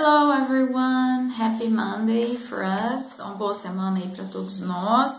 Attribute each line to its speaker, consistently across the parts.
Speaker 1: Hello everyone, happy Monday for us, uma boa semana aí para todos nós.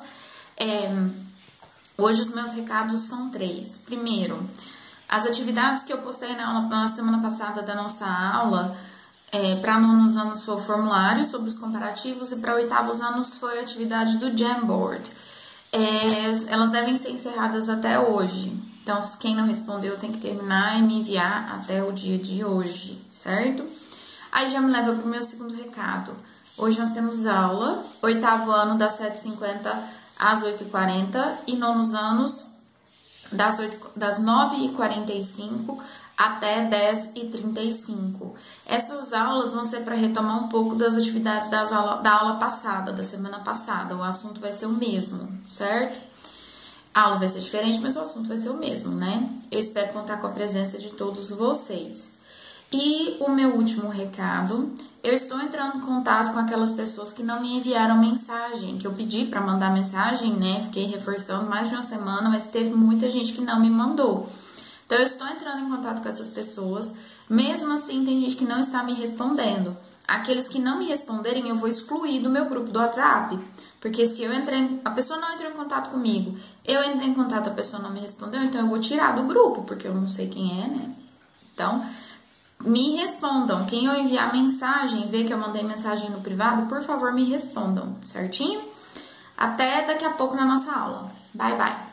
Speaker 1: Hoje os meus recados são 3. Primeiro, as atividades que eu postei na semana passada da nossa aula, para nonos anos foi o formulário sobre os comparativos e para oitavos anos foi a atividade do Jamboard. Elas devem ser encerradas até hoje, então quem não respondeu tem que terminar e me enviar até o dia de hoje, certo? Aí já me leva para o meu segundo recado. Hoje nós temos aula, oitavo ano das 7h50 às 8h40 e nonos anos das 9h45 até 10h35. Essas aulas vão ser para retomar um pouco das atividades da aula passada, da semana passada. O assunto vai ser o mesmo, certo? A aula vai ser diferente, mas o assunto vai ser o mesmo, né? Eu espero contar com a presença de todos vocês. E o meu último recado, eu estou entrando em contato com aquelas pessoas que não me enviaram mensagem, que eu pedi para mandar mensagem, né? Fiquei reforçando mais de uma semana, mas teve muita gente que não me mandou. Então, eu estou entrando em contato com essas pessoas, mesmo assim tem gente que não está me respondendo. Aqueles que não me responderem, eu vou excluir do meu grupo do WhatsApp, porque se a pessoa não entrou em contato comigo, eu entrei em contato, a pessoa não me respondeu, então eu vou tirar do grupo, porque eu não sei quem é, né? Então, me respondam. Quem eu enviar mensagem, ver que eu mandei mensagem no privado, por favor, me respondam, certinho? Até daqui a pouco na nossa aula. Bye, bye!